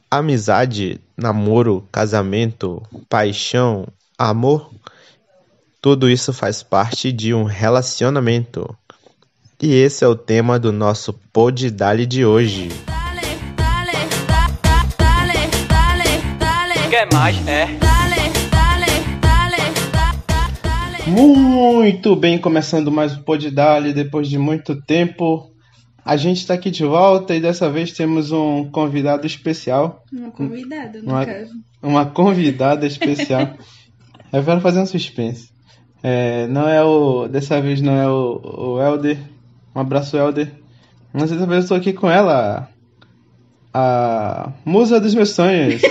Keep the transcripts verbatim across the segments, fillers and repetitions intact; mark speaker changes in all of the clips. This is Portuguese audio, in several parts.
Speaker 1: Amizade, namoro, casamento, paixão, amor, tudo isso faz parte de um relacionamento. E esse é o tema do nosso Pod Dali de hoje.
Speaker 2: Quer mais, é?
Speaker 1: Muito bem, começando mais o Pod Dali depois de muito tempo. A gente está aqui de volta e dessa vez temos um convidado especial.
Speaker 3: Uma convidada, no
Speaker 1: uma,
Speaker 3: caso.
Speaker 1: Uma convidada especial. Eu quero fazer um suspense. É, não é o. Dessa vez não é o, o Helder. Um abraço, Helder. Mas dessa vez eu estou aqui com ela. A musa dos meus sonhos.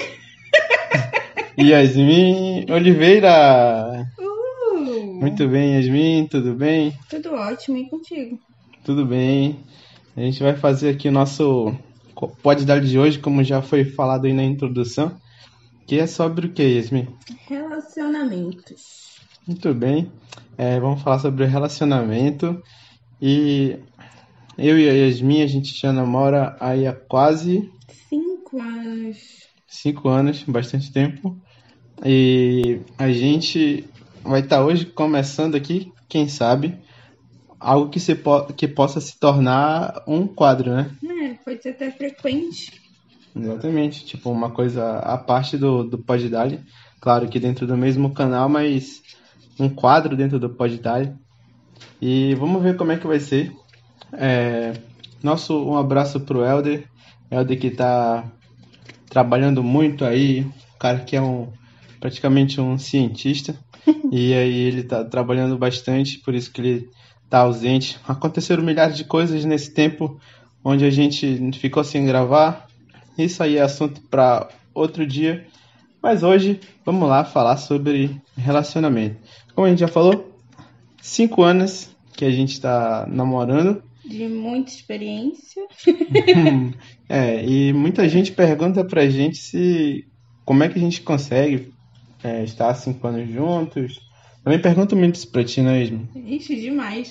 Speaker 1: Yasmin Oliveira.
Speaker 3: Uh,
Speaker 1: Muito bem, Yasmin, tudo bem?
Speaker 3: Tudo ótimo, e contigo?
Speaker 1: Tudo bem. A gente vai fazer aqui o nosso Pod Dali de hoje, como já foi falado aí na introdução, que é sobre o que, Yasmin?
Speaker 3: Relacionamentos.
Speaker 1: Muito bem. É, vamos falar sobre o relacionamento. E eu e a Yasmin, a gente já namora aí há quase
Speaker 3: Cinco anos.
Speaker 1: cinco anos, bastante tempo. E a gente vai estar hoje começando aqui, quem sabe, algo que, se po- que possa se tornar um quadro, né?
Speaker 3: É, pode ser até frequente.
Speaker 1: Exatamente, tipo uma coisa à parte do, do Pod Dali. Claro que dentro do mesmo canal, mas um quadro dentro do Pod Dali. E vamos ver como é que vai ser. É, nosso um abraço pro Helder. Helder que tá trabalhando muito aí, um cara que é um praticamente um cientista. E aí ele tá trabalhando bastante, por isso que ele tá ausente. Aconteceram milhares de coisas nesse tempo onde a gente ficou sem gravar. Isso aí é assunto para outro dia. Mas hoje, vamos lá falar sobre relacionamento. Como a gente já falou, cinco anos que a gente está namorando.
Speaker 3: De muita experiência.
Speaker 1: É, e muita gente pergunta pra gente se como é que a gente consegue é, estar cinco anos juntos. Também pergunto muito isso pra ti, né, Isma?
Speaker 3: Ixi, demais.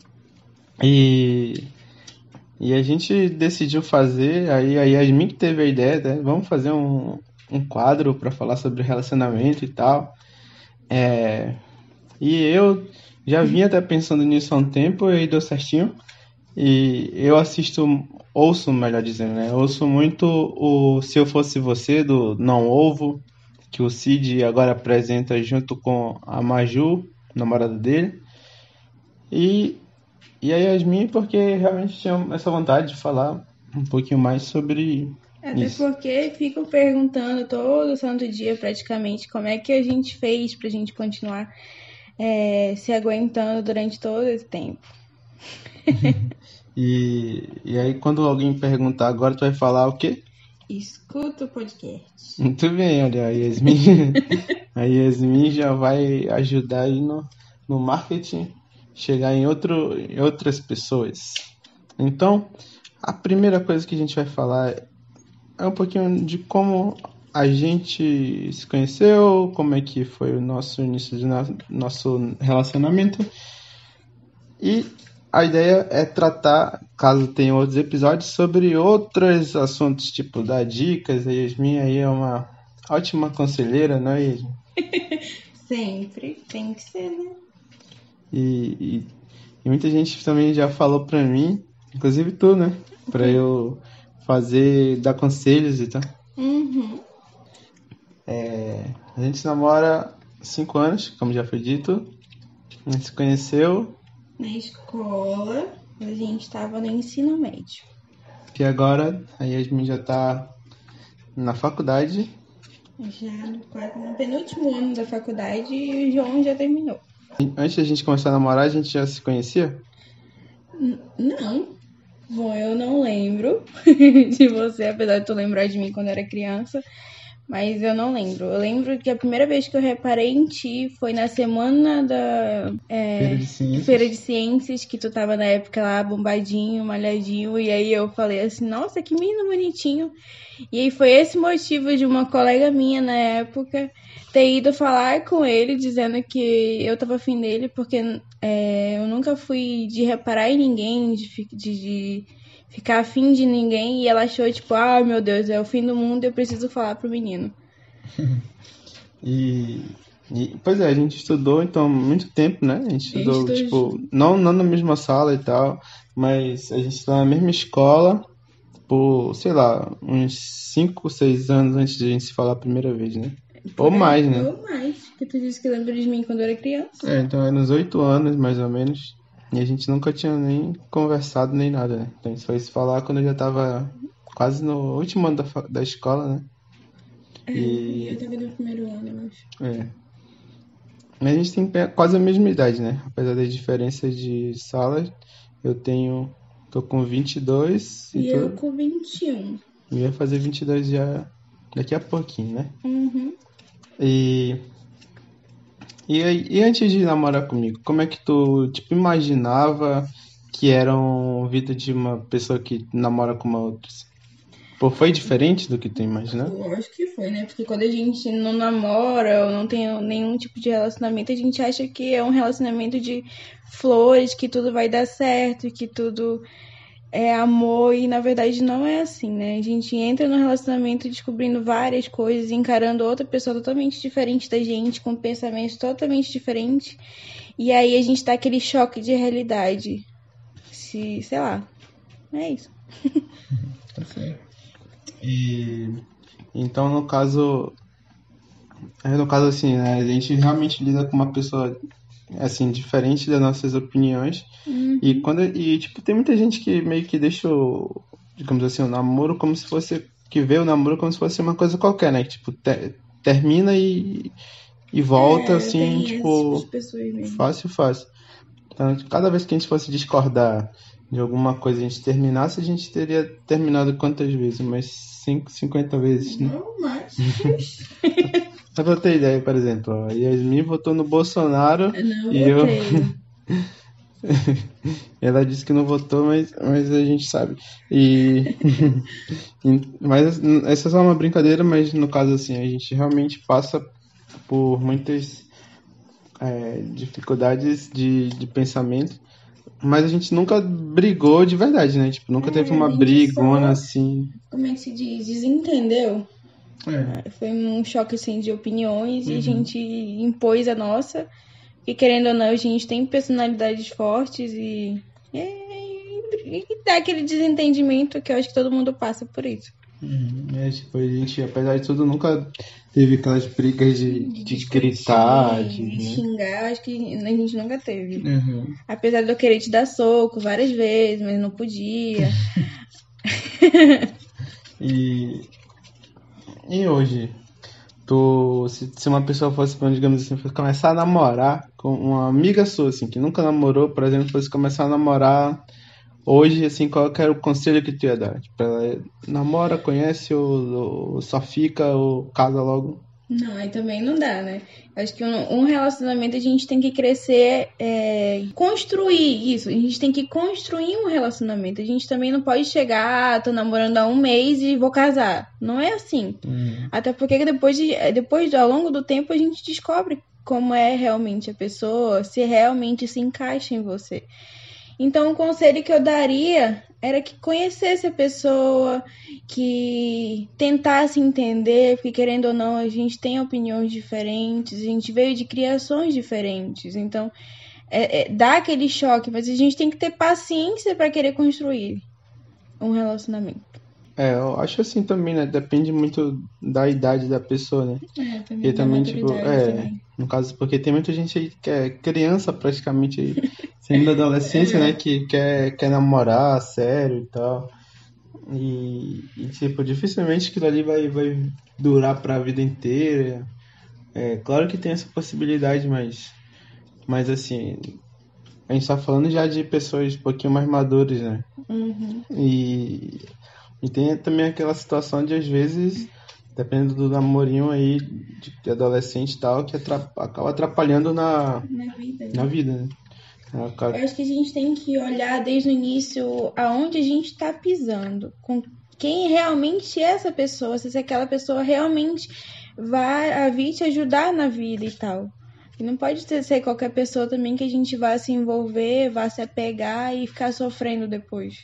Speaker 1: E, e a gente decidiu fazer, aí a Yasmin que teve a ideia, né? Vamos fazer um, um quadro para falar sobre relacionamento e tal. É, e eu já vinha até pensando nisso há um tempo e aí deu certinho. E eu assisto, ouço, melhor dizendo, né? Ouço muito o Se Eu Fosse Você, do Não Ovo, que o Cid agora apresenta junto com a Maju, namorada dele. E, e a Yasmin, porque realmente tinha essa vontade de falar um pouquinho mais sobre
Speaker 3: Até
Speaker 1: isso.
Speaker 3: porque ficam perguntando todo santo dia, praticamente, como é que a gente fez pra gente continuar é, se aguentando durante todo esse tempo.
Speaker 1: E, e aí quando alguém perguntar agora, tu vai falar o quê?
Speaker 3: Escuta o podcast.
Speaker 1: Muito bem, olha, a Yasmin, a Yasmin já vai ajudar aí no, no marketing, chegar em, outro, em outras pessoas. Então, a primeira coisa que a gente vai falar é um pouquinho de como a gente se conheceu, como é que foi o nosso início de no- nosso relacionamento. E a ideia é tratar, caso tenha outros episódios, sobre outros assuntos, tipo dar dicas. A Yasmin aí é uma ótima conselheira, não é, Yasmin?
Speaker 3: Sempre tem que ser, né?
Speaker 1: E, e, e muita gente também já falou pra mim, inclusive tu, né? Pra eu fazer, dar conselhos e tal.
Speaker 3: Uhum.
Speaker 1: É, a gente namora cinco anos, como já foi dito. A gente se conheceu
Speaker 3: Na escola, a gente estava no ensino médio.
Speaker 1: e agora a Yasmin já tá na faculdade.
Speaker 3: Já no, quase no penúltimo ano da faculdade e o João já terminou.
Speaker 1: Antes da gente começar a namorar, a gente já se conhecia?
Speaker 3: N- não. Bom, eu não lembro de você, apesar de tu lembrar de mim quando era criança. Mas eu não lembro. Eu lembro que a primeira vez que eu reparei em ti foi na semana da é,
Speaker 1: Feira de Ciências.
Speaker 3: Feira de Ciências, que tu tava na época lá, bombadinho, malhadinho, e aí eu falei assim, nossa, que menino bonitinho. E aí foi esse motivo de uma colega minha na época ter ido falar com ele, dizendo que eu tava afim dele, porque é, eu nunca fui de reparar em ninguém, de, fi- de, de ficar afim de ninguém e ela achou, tipo, ah, meu Deus, é o fim do mundo, eu preciso falar pro menino.
Speaker 1: E, e, pois é, a gente estudou então muito tempo, né? A gente estudou,
Speaker 3: estudou
Speaker 1: tipo, não, não na mesma sala e tal, mas a gente estudou na mesma escola por, sei lá, uns cinco, seis anos antes de a gente se falar a primeira vez, né? Ou mais, né?
Speaker 3: Ou mais, porque tu disse que lembra de mim quando eu era criança.
Speaker 1: É, então eram uns oito anos, mais ou menos, e a gente nunca tinha nem conversado nem nada, né? Então a gente foi se falar quando eu já tava quase no último ano da, fa- da escola, né?
Speaker 3: É,
Speaker 1: E-
Speaker 3: eu tava no primeiro ano, eu acho.
Speaker 1: É. Mas a gente tem pe- quase a mesma idade, né? Apesar das diferenças de salas, eu tenho. Tô com vinte e dois e
Speaker 3: E eu
Speaker 1: tô,
Speaker 3: com vinte e um.
Speaker 1: eu ia fazer vinte e dois já daqui a pouquinho, né?
Speaker 3: Uhum.
Speaker 1: E, e, aí- e antes de namorar comigo, como é que tu, tipo, imaginava que era uma vida de uma pessoa que namora com uma outra? Pô, foi diferente do que tu imaginava?
Speaker 3: Lógico que foi, né? Porque quando a gente não namora ou não tem nenhum tipo de relacionamento, a gente acha que é um relacionamento de flores, que tudo vai dar certo, que tudo é amor, e na verdade não é assim, né? A gente entra no relacionamento descobrindo várias coisas, encarando outra pessoa totalmente diferente da gente, com pensamentos totalmente diferentes, e aí a gente tá aquele choque de realidade. Se, sei lá, é isso.
Speaker 1: Tá certo. E então, no caso, é, no caso assim, né, a gente realmente lida com uma pessoa assim diferente das nossas opiniões.
Speaker 3: Uhum.
Speaker 1: E quando e tipo tem muita gente que meio que deixa o, digamos assim, o namoro como se fosse que vê o namoro como se fosse uma coisa qualquer, né? Que, tipo, te- termina e, e volta
Speaker 3: É,
Speaker 1: assim,
Speaker 3: tem esse tipo
Speaker 1: tipo,
Speaker 3: de pessoas mesmo.
Speaker 1: fácil, fácil. Então, cada vez que a gente fosse discordar de alguma coisa, a gente terminasse, a gente teria terminado quantas vezes? Umas cinco, cinquenta vezes, né?
Speaker 3: Não, mas.
Speaker 1: Só pra ter ideia, por exemplo, ó, a Yasmin votou no Bolsonaro
Speaker 3: Não
Speaker 1: e eu.
Speaker 3: botei.
Speaker 1: Ela disse que não votou, mas, mas a gente sabe. E, e- mas essa é só uma brincadeira, mas no caso assim, a gente realmente passa por muitas é, dificuldades de, de pensamento, mas a gente nunca brigou de verdade, né? Tipo, nunca
Speaker 3: É,
Speaker 1: teve
Speaker 3: a
Speaker 1: uma
Speaker 3: gente
Speaker 1: brigona
Speaker 3: só,
Speaker 1: assim.
Speaker 3: como é que se diz? Desentendeu.
Speaker 1: É.
Speaker 3: Foi um choque assim de opiniões e a
Speaker 1: Uhum.
Speaker 3: gente impôs a nossa. E querendo ou não, a gente tem personalidades fortes e, e, e dá aquele desentendimento que eu acho que todo mundo passa por isso.
Speaker 1: Uhum. É, tipo, a gente, apesar de tudo, nunca teve aquelas brigas de, de
Speaker 3: discutir,
Speaker 1: gritar, de,
Speaker 3: de
Speaker 1: né?
Speaker 3: xingar, acho que a gente nunca teve.
Speaker 1: Uhum.
Speaker 3: Apesar de eu querer te dar soco várias vezes, mas não podia.
Speaker 1: E, e hoje? Tu, se, se uma pessoa fosse, digamos assim, fosse começar a namorar com uma amiga sua, assim, que nunca namorou, por exemplo, fosse começar a namorar hoje, assim, qual que era o conselho que tu ia dar? Tipo, ela namora, conhece, ou, ou só fica, ou casa logo?
Speaker 3: Não, aí também não dá, né? Acho que um, um relacionamento a gente tem que crescer, é, construir isso. A gente tem que construir um relacionamento. A gente também não pode chegar, ah, tô namorando há um mês e vou casar. Não é assim.
Speaker 1: Hum.
Speaker 3: Até porque depois, de, depois ao longo do tempo, a gente descobre como é realmente a pessoa, se realmente se encaixa em você. Então, o conselho que eu daria era que conhecesse a pessoa, que tentasse entender, porque querendo ou não, a gente tem opiniões diferentes, a gente veio de criações diferentes. Então, é, é, dá aquele choque, mas a gente tem que ter paciência para querer construir um relacionamento.
Speaker 1: É, eu acho assim também, né? Depende muito da idade da pessoa, né?
Speaker 3: É,
Speaker 1: Porque
Speaker 3: também da
Speaker 1: também, tipo,
Speaker 3: maturidade
Speaker 1: é,
Speaker 3: também.
Speaker 1: no caso, porque tem muita gente aí que é criança praticamente aí, saindo da adolescência, né? Que quer, quer namorar, sério e tal. E, e, tipo, dificilmente aquilo ali vai, vai durar pra vida inteira. É, claro que tem essa possibilidade, mas, mas assim, a gente tá falando já de pessoas um pouquinho mais maduras, né?
Speaker 3: Uhum.
Speaker 1: E, e tem também aquela situação de, às vezes, dependendo do namorinho aí, de, de adolescente e tal, que atrap- acaba atrapalhando na,
Speaker 3: Na vida.
Speaker 1: na vida, né?
Speaker 3: Eu acho que a gente tem que olhar desde o início aonde a gente está pisando, com quem realmente é essa pessoa, se aquela pessoa realmente vai vir te ajudar na vida e tal. E não pode ser qualquer pessoa também que a gente vá se envolver, vá se apegar e ficar sofrendo depois.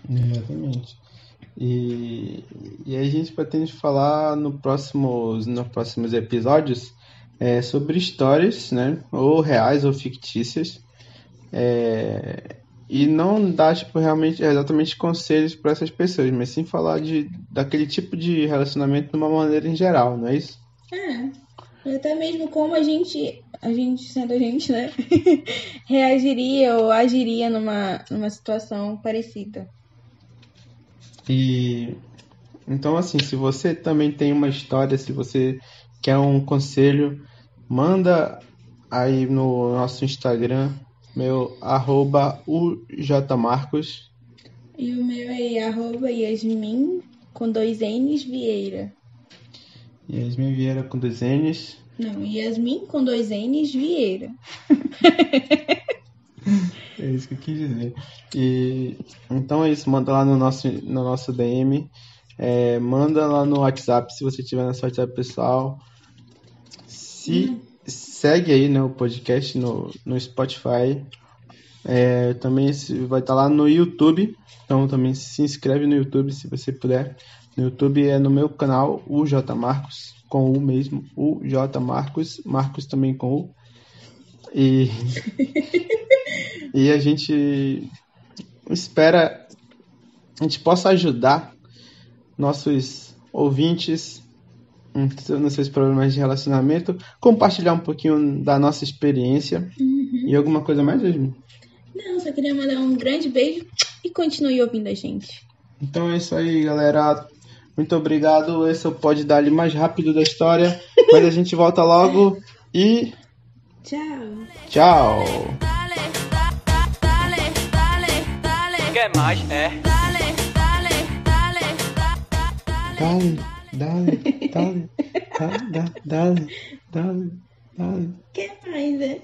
Speaker 1: Exatamente. E, e aí a gente pretende falar no próximos, nos próximos episódios é, sobre histórias, né? Ou reais ou fictícias. É, e não dar, tipo, realmente, exatamente conselhos para essas pessoas, mas sim falar de, daquele tipo de relacionamento de uma maneira em geral, não é isso?
Speaker 3: É, até mesmo como a gente, a gente sendo a gente, né, reagiria ou agiria numa, numa situação parecida.
Speaker 1: E então, assim, se você também tem uma história, se você quer um conselho, manda aí no nosso Instagram, meu arroba ujmarcos.
Speaker 3: E o meu é arroba Yasmin com dois N's Vieira.
Speaker 1: Yasmin Vieira com dois N's.
Speaker 3: Não, Yasmin com dois N's Vieira.
Speaker 1: É isso que eu quis dizer. E então é isso, manda lá no nosso, no nosso D M. É, manda lá no WhatsApp se você tiver no seu WhatsApp pessoal. Se
Speaker 3: Hum.
Speaker 1: segue aí, né, o podcast no, no Spotify. É, também se- vai estar lá no YouTube. Então também se inscreve no YouTube se você puder. No YouTube é no meu canal, o J Marcos, com U mesmo, o J Marcos, Marcos também com U. E, e a gente espera a gente possa ajudar nossos ouvintes nos seus problemas de relacionamento, compartilhar um pouquinho da nossa experiência.
Speaker 3: Uhum.
Speaker 1: E alguma coisa mais, Yasmin?
Speaker 3: Não, só queria mandar um grande beijo e continue ouvindo a gente.
Speaker 1: Então é isso aí, galera. Muito obrigado. Esse é o Pode Dar-lhe mais rápido da história. Mas a gente volta logo e
Speaker 3: Tchau.
Speaker 1: tchau.
Speaker 2: Quer mais? É.
Speaker 1: Dale, dale, dale, dale, dale, dale, dale.
Speaker 3: Quer mais, né?